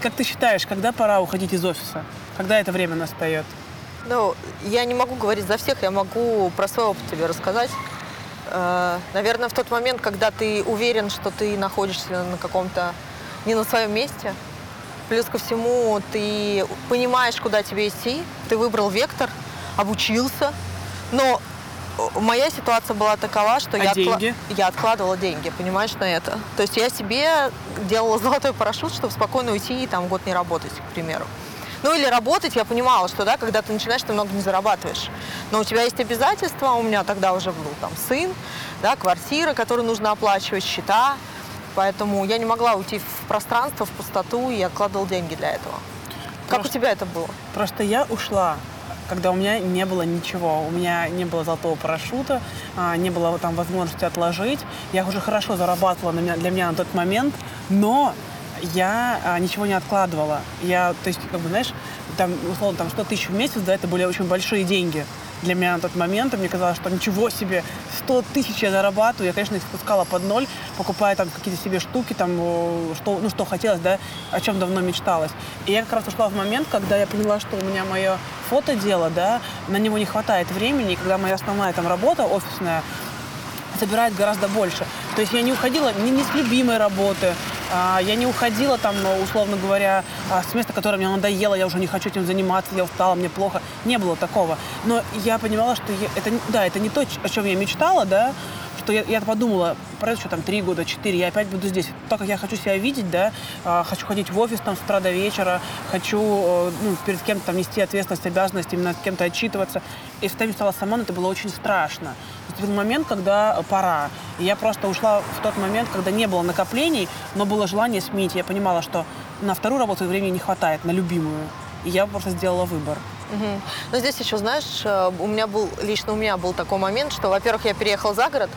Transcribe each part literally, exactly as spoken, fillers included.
как ты считаешь, когда пора уходить из офиса? Когда это время настает? Ну, я не могу говорить за всех, я могу про свой опыт тебе рассказать. Наверное, в тот момент, когда ты уверен, что ты находишься на каком-то, не на своем месте, плюс ко всему ты понимаешь, куда тебе идти, ты выбрал вектор, обучился, но моя ситуация была такова, что а я, деньги? Откла... я откладывала деньги, понимаешь, на это. То есть я себе делала золотой парашют, чтобы спокойно уйти и там год не работать, к примеру. Ну или работать, я понимала, что да, когда ты начинаешь, ты много не зарабатываешь. Но у тебя есть обязательства, у меня тогда уже был там сын, да, квартира, которую нужно оплачивать, счета. Поэтому я не могла уйти в пространство, в пустоту и откладывал деньги для этого. Как просто, у тебя это было? Просто я ушла, когда у меня не было ничего. У меня не было золотого парашюта, не было там возможности отложить. Я уже хорошо зарабатывала для меня на тот момент, но я а, ничего не откладывала. Я, то есть, как бы, знаешь, там, условно, там сто тысяч в месяц, да, это были очень большие деньги для меня на тот момент. И мне казалось, что ничего себе, сто тысяч я зарабатываю. Я, конечно, их спускала под ноль, покупая там какие-то себе штуки, там, что, ну, что хотелось, да, о чем давно мечталось. И я как раз ушла в момент, когда я поняла, что у меня мое фотодело, да, на него не хватает времени, и когда моя основная там работа офисная собирает гораздо больше. То есть я не уходила ни, ни с любимой работы, а, я не уходила там, условно говоря, а, с места, которое мне надоело, я уже не хочу этим заниматься, я устала, мне плохо. Не было такого. Но я понимала, что я, это, да, это не то, о чем я мечтала, да, что я, я подумала, пройдет еще там три года, четыре, я опять буду здесь. Так как я хочу себя видеть, да, а, хочу ходить в офис там с утра до вечера, хочу ну, перед кем-то там нести ответственность, обязанность, именно с кем-то отчитываться. И всегда мечтала сама, но это было очень страшно. Это был момент, когда пора. И я просто ушла в тот момент, когда не было накоплений, но было желание сменить. Я понимала, что на вторую работу времени не хватает, на любимую. И я просто сделала выбор. Угу. Но здесь еще, знаешь, у меня был, лично у меня был такой момент, что, во-первых, я переехала за город,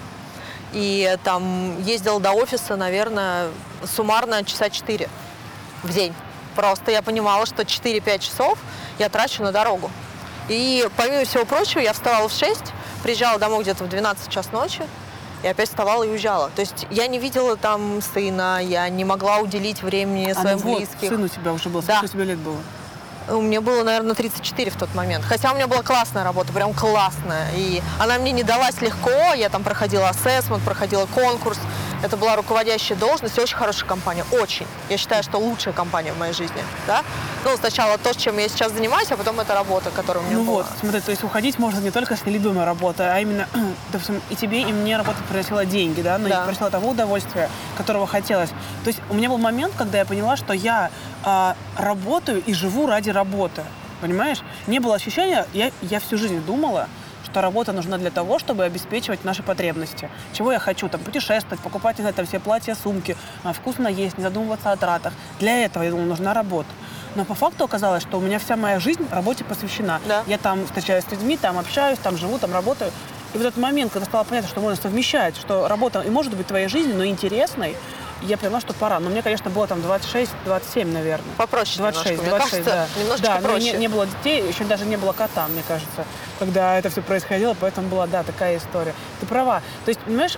и там ездила до офиса, наверное, суммарно часа четыре в день. Просто я понимала, что четыре-пять часов я трачу на дорогу. И, помимо всего прочего, я вставала в шесть, приезжала домой где-то в двенадцать час ночи, и опять вставала и уезжала. То есть я не видела там сына, я не могла уделить времени своим а ну близким. Вот, сын у тебя уже был. Да. Сколько тебе лет было? Мне было, наверное, тридцать четыре в тот момент. Хотя у меня была классная работа, прям классная. И она мне не далась легко. Я там проходила ассессмент, проходила конкурс. Это была руководящая должность, очень хорошая компания, очень. Я считаю, что лучшая компания в моей жизни, да. Ну, сначала то, чем я сейчас занимаюсь, а потом эта работа, которая у меня ну была. Ну вот, смотри, то есть уходить можно не только с нелюбимой работы, а именно, допустим, и тебе, и мне работа приносила деньги, да, но да. приносила того удовольствия, которого хотелось. То есть у меня был момент, когда я поняла, что я э, работаю и живу ради работы, понимаешь? Не было ощущения, я, я всю жизнь думала, что работа нужна для того, чтобы обеспечивать наши потребности. Чего я хочу? Там, путешествовать, покупать, не знаю, там, все платья, сумки, вкусно есть, не задумываться о тратах. Для этого, я думала, нужна работа. Но по факту оказалось, что у меня вся моя жизнь работе посвящена. Да. Я там встречаюсь с людьми, там общаюсь, там живу, там работаю. И вот этот момент, когда стало понятно, что можно совмещать, что работа и может быть твоей жизнью, но интересной, я поняла, что пора. Но мне, конечно, было там двадцать шесть двадцать семь, наверное. Попроще двадцать шесть, немножко. двадцать шесть, Мне кажется, да. немножечко да, проще. Но не, не было детей, еще даже не было кота, мне кажется, когда это все происходило, поэтому была, да, такая история. Ты права. То есть, понимаешь,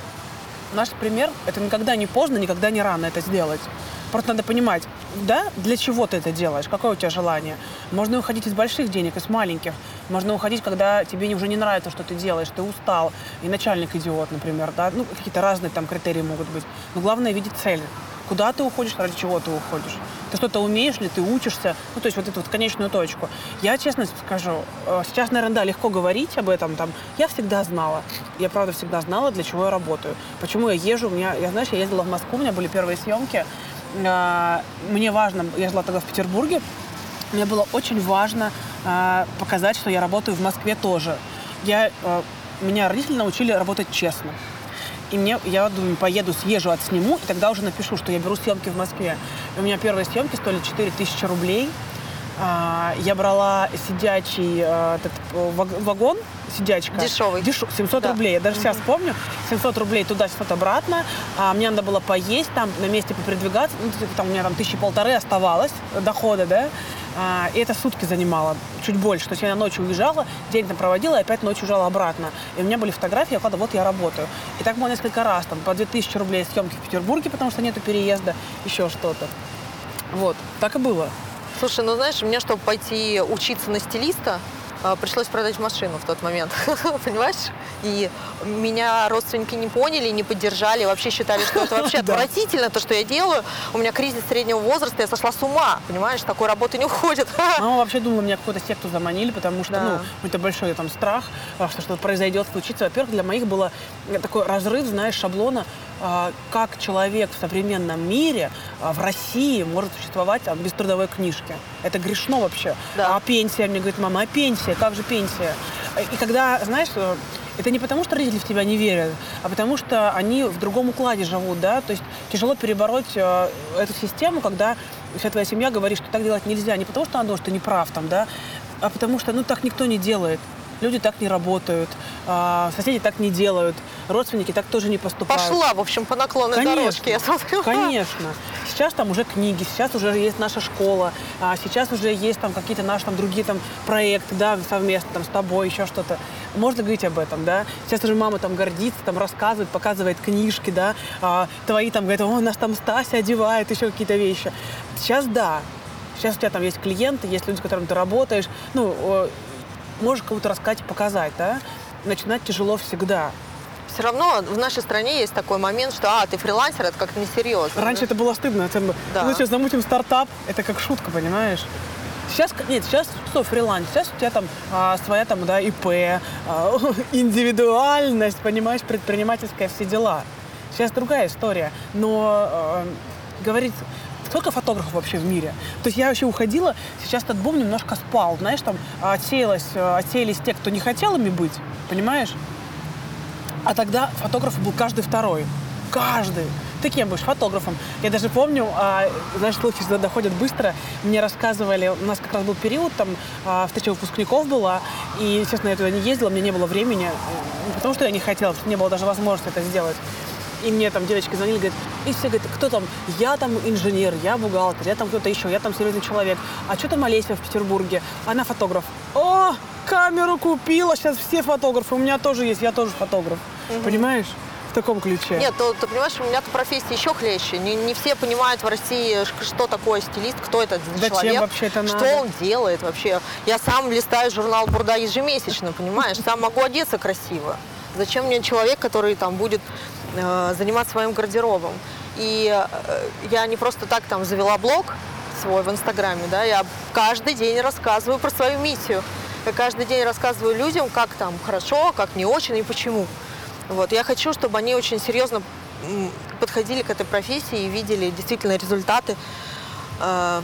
наш пример, это никогда не поздно, никогда не рано это сделать. Просто надо понимать, да, для чего ты это делаешь, какое у тебя желание. Можно уходить из больших денег, из маленьких. Можно уходить, когда тебе уже не нравится, что ты делаешь, ты устал, и начальник идиот, например, да, ну, какие-то разные там критерии могут быть. Но главное видеть цель. Куда ты уходишь, ради чего ты уходишь. Ты что-то умеешь ли, ты учишься, ну, то есть вот эту вот конечную точку. Я честно скажу, сейчас, наверное, да, легко говорить об этом, там, я всегда знала, я правда всегда знала, для чего я работаю, почему я езжу, у меня, я, знаешь, я ездила в Москву, у меня были первые съемки, мне важно, я жила тогда в Петербурге, мне было очень важно показать, что я работаю в Москве тоже. Я, меня родители научили работать честно. И мне, я думаю, поеду, съезжу, отсниму, и тогда уже напишу, что я беру съемки в Москве. И у меня первые съемки стоили четыре тысячи рублей. Я брала сидячий этот вагон, сидячка. Дешевый. Деш... семьсот да. рублей. Я даже mm-hmm. сейчас помню. семьсот рублей туда, семьсот обратно. А мне надо было поесть, там на месте попредвигаться. Ну, там, у меня там тысячи полторы оставалось дохода, да. А, и это сутки занимало, чуть больше. То есть я ночью уезжала, день там проводила, и опять ночью уезжала обратно. И у меня были фотографии, я говорила, вот я работаю. И так было несколько раз. Там по две тысячи рублей съемки в Петербурге, потому что нету переезда, еще что-то. Вот, так и было. Слушай, ну знаешь, мне, чтобы пойти учиться на стилиста, а, пришлось продать машину в тот момент, понимаешь? И меня родственники не поняли, не поддержали, вообще считали, что это вообще отвратительно, то, что я делаю. У меня кризис среднего возраста, я сошла с ума, понимаешь, такой работы не уходит. Мама вообще думала, меня какую-то секту заманили, потому что, Да. ну, это большой там страх, а, что что-то произойдет, случится. Во-первых, для моих было такой разрыв, знаешь, шаблона, а, как человек в современном мире, а, в России может существовать а, без трудовой книжки. Это грешно вообще. Да. А пенсия, мне говорит мама, а пенсия, как же пенсия? И когда, знаешь, э, это не потому, что родители в тебя не верят, а потому что они в другом укладе живут, да, то есть тяжело перебороть э, эту систему, когда вся твоя семья говорит, что так делать нельзя, не потому что она думает, что ты не прав там, да, а потому что, ну, так никто не делает. Люди так не работают, а, соседи так не делают, родственники так тоже не поступают. Пошла, в общем, по наклонной Конечно, дорожке, я смотрю. Конечно. Сейчас там уже книги, сейчас уже есть наша школа, а сейчас уже есть там какие-то наши там другие там проекты, да, совместно там с тобой, еще что-то. Можно говорить об этом, да. Сейчас уже мама там гордится, там рассказывает, показывает книжки, да, а, твои там говорят, о, нас там Стася одевает, еще какие-то вещи. Сейчас да. Сейчас у тебя там есть клиенты, есть люди, с которыми ты работаешь, ну, можешь кому-то рассказать и показать, да? Начинать тяжело всегда. Все равно в нашей стране есть такой момент, что, а, ты фрилансер, это как-то несерьезно. Раньше да? это было стыдно. Это, Да. ну, сейчас замутим стартап, это как шутка, понимаешь? Сейчас, нет, сейчас что, фриланс? Сейчас у тебя там а, своя там, да, ИП, а, индивидуальность, понимаешь, предпринимательская, все дела. Сейчас другая история. Но а, говорить... Сколько фотографов вообще в мире? То есть я вообще уходила, сейчас этот бум немножко спал, знаешь, там отсеялось, отсеялись те, кто не хотел ими быть, понимаешь? А тогда фотограф был каждый второй. Каждый. Ты кем будешь? Фотографом. Я даже помню, а, знаешь, слухи всегда доходят быстро. Мне рассказывали, у нас как раз был период, там а, встреча выпускников была, и, естественно, я туда не ездила, мне не было времени, не потому что я не хотела, потому что не было даже возможности это сделать. И мне там девочки звонили, говорят, и все говорят, кто там? Я там инженер, я бухгалтер, я там кто-то еще, я там серьезный человек. А что там Олеся в Петербурге? Она фотограф. О, камеру купила, сейчас все фотографы, у меня тоже есть, я тоже фотограф. Угу. Понимаешь? В таком ключе. Нет, то, ты понимаешь, у меня-то профессия еще хлеще. Не, не все понимают в России, что такое стилист, кто это за Зачем человек, вообще это что надо? он делает вообще. Я сам листаю журнал «Бурда» ежемесячно, понимаешь? Сам могу одеться красиво. Зачем мне человек, который там будет э, заниматься своим гардеробом? И э, я не просто так там завела блог свой в Инстаграме, да, я каждый день рассказываю про свою миссию. Я каждый день рассказываю людям, как там хорошо, как не очень и почему. Вот. Я хочу, чтобы они очень серьезно подходили к этой профессии и видели действительно результаты. Э,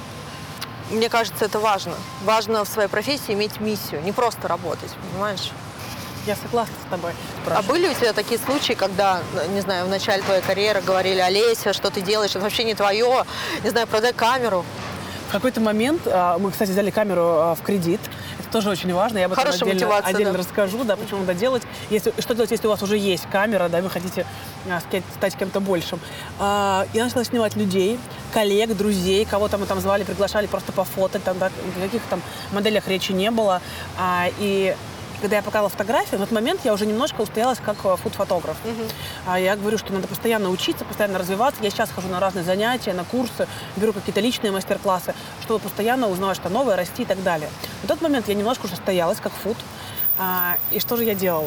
мне кажется, это важно. Важно в своей профессии иметь миссию, не просто работать, понимаешь? Я согласна с тобой. А были у тебя такие случаи, когда, не знаю, в начале твоей карьеры говорили: Олеся, что ты делаешь, это вообще не твое, не знаю, продай камеру? В какой-то момент, мы, кстати, взяли камеру в кредит. Это тоже очень важно. Я об этом Хорошая отдельно, мотивация, отдельно да. расскажу, да, почему надо делать. Если, что делать, если у вас уже есть камера, да, вы хотите стать кем-то большим. Я начала снимать людей, коллег, друзей, кого там мы там звали, приглашали просто пофотать, там, да, о каких там моделях речи не было. И когда я показала фотографии, в этот момент я уже немножко устоялась как фуд-фотограф. Uh-huh. Я говорю, что надо постоянно учиться, постоянно развиваться. Я сейчас хожу на разные занятия, на курсы, беру какие-то личные мастер-классы, чтобы постоянно узнавать что новое, расти и так далее. В тот момент я немножко уже стоялась как фуд. И что же я делала?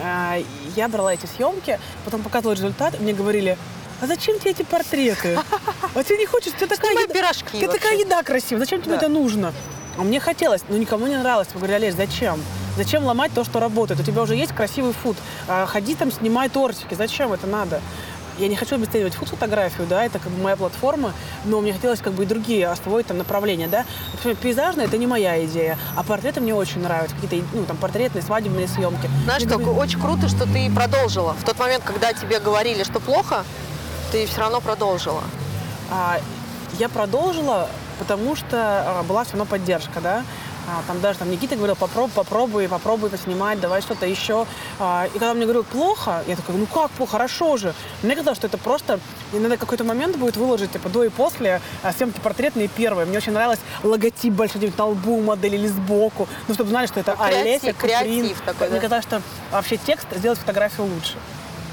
Я брала эти съемки, потом показывала результат, и мне говорили: а зачем тебе эти портреты? А тебе не хочется? Ты такая, еда... пирожки ты такая еда красивая, зачем тебе да. это нужно? А мне хотелось, но никому не нравилось. Я говорю: Олесь, зачем? Зачем ломать то, что работает? У тебя уже есть красивый фуд. А, ходи там, снимай тортики. Зачем это надо? Я не хочу обесценивать фуд-фотографию, да, это как бы моя платформа, но мне хотелось как бы и другие освоить там направления, да. Например, пейзажная — это не моя идея, а портреты мне очень нравятся, какие-то, ну, там, портретные, свадебные съемки. Знаешь, как очень круто, что ты продолжила. В тот момент, когда тебе говорили, что плохо, ты все равно продолжила. А, я продолжила, потому что а, была все равно поддержка, да. А, там даже там Никита говорил: попробуй, попробуй, попробуй поснимать, давай что-то еще. А, и когда мне говорили плохо, я такая: ну как плохо, хорошо же. Мне казалось, что это просто, иногда какой-то момент будет выложить, типа, до и после а, съемки портретные первые. Мне очень нравилось логотип большой на лбу модели или сбоку, ну, чтобы знали, что это Креатив, Олеся Куприн. креатив такой, Мне да? казалось, что вообще текст сделать фотографию лучше.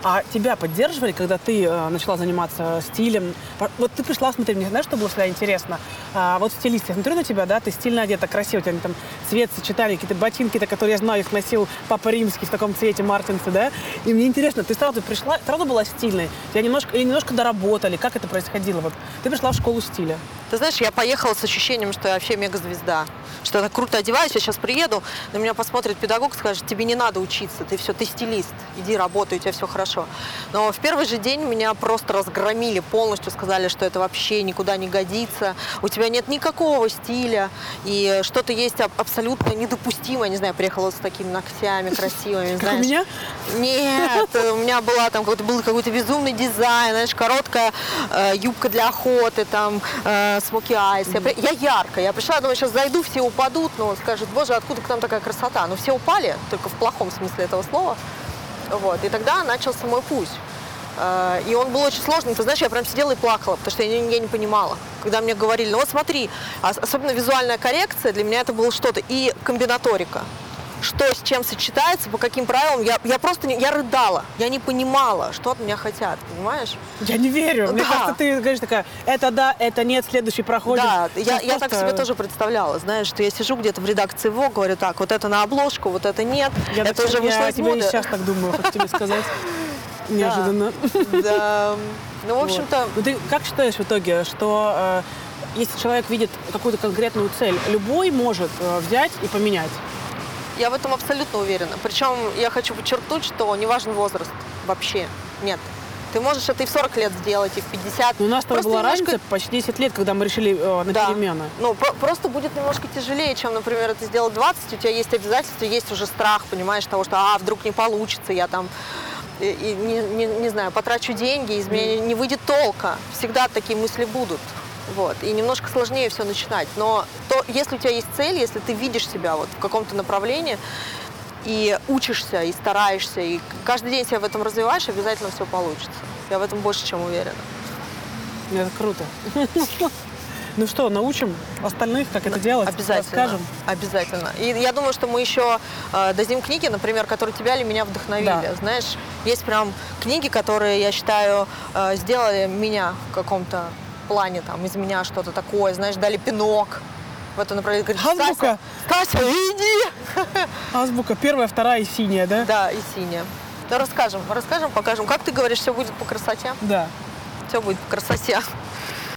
А тебя поддерживали, когда ты э, начала заниматься стилем? Вот ты пришла, смотри, мне знаешь, что было всегда интересно? А, вот стилист, я смотрю на тебя, да, ты стильно одета, красиво, у тебя там цвет, сочетание, какие-то ботинки, которые я знаю, их носил Папа Римский в таком цвете, мартинсы, да? И мне интересно, ты сразу пришла, сразу была стильной? Тебя немножко, или немножко доработали? Как это происходило? Вот ты пришла в школу стиля. Ты знаешь, я поехала с ощущением, что я вообще мегазвезда. Что я так круто одеваюсь, я сейчас приеду, на меня посмотрит педагог, скажет, тебе не надо учиться, ты все, ты стилист, иди работай, у тебя все хорошо. Но в первый же день меня просто разгромили полностью, сказали, что это вообще никуда не годится, у тебя нет никакого стиля, и что-то есть абсолютно недопустимое. Не знаю, приехала с такими ногтями красивыми, Как у меня? Нет, у меня была там какой-то, был какой-то безумный дизайн, знаешь, короткая э, юбка для охоты, там, э, смоки айс. Я, при- я яркая, я пришла, думаю, сейчас зайду, все упадут, ну, скажут, боже, откуда к нам такая красота? Ну, все упали, только в плохом смысле этого слова. Вот, и тогда начался мой путь. Э, и он был очень сложный. Ты знаешь, я прям сидела и плакала, потому что я не, я не понимала. Когда мне говорили, ну вот смотри, особенно визуальная коррекция, для меня это было что-то, и комбинаторика. Что с чем сочетается, по каким правилам, я, я просто не, я рыдала, я не понимала, что от меня хотят, понимаешь? Я не верю. Мне Да. кажется, ты говоришь такая, это да, это нет, следующий проходит. Да, я, Ты я так просто- себе тоже представляла, знаешь, что я сижу где-то в редакции ВОГ, говорю, так, вот это на обложку, вот это нет, Я, это так- уже вышло я из тебе и моды. сейчас так думаю, хочу тебе сказать. Неожиданно. Да. Ну, в Вот. общем-то, Ну, ты как считаешь в итоге, что э, если человек видит какую-то конкретную цель, любой может э, взять и поменять? я в этом абсолютно уверена. Причем я хочу подчеркнуть, что не важен возраст вообще, нет. Ты можешь это и в сорок лет сделать, и в пятьдесят. Но у нас с тобой Просто была немножко- разница почти десять лет, когда мы решили э, на Да. перемены. Ну, про- просто будет немножко тяжелее, чем, например, это сделать двадцать, у тебя есть обязательства, есть уже страх, понимаешь, того, что, а, вдруг не получится, я там, и, и не, не, не знаю, потрачу деньги, из меня не выйдет толка. Всегда такие мысли будут. Вот. И немножко сложнее все начинать. Но то, если у тебя есть цель, если ты видишь себя вот в каком-то направлении, и учишься, и стараешься, и каждый день себя в этом развиваешь, обязательно все получится. Я в этом больше чем уверена. Это круто. Ну что, научим остальных, как это делать? Обязательно. Расскажем? Обязательно. И я думаю, что мы еще э, дадим книги, например, которые тебя или меня вдохновили. Да. Знаешь, есть прям книги, которые, я считаю, э, сделали меня в каком-то плане, там, из меня что-то такое, знаешь, дали пинок в это направление. Говорит, Азбука. Стася, Стася, иди! Азбука первая, вторая и синяя, да? Да, и синяя. Ну, расскажем, расскажем, покажем. Как ты говоришь, все будет по красоте? Да. Все будет по красоте.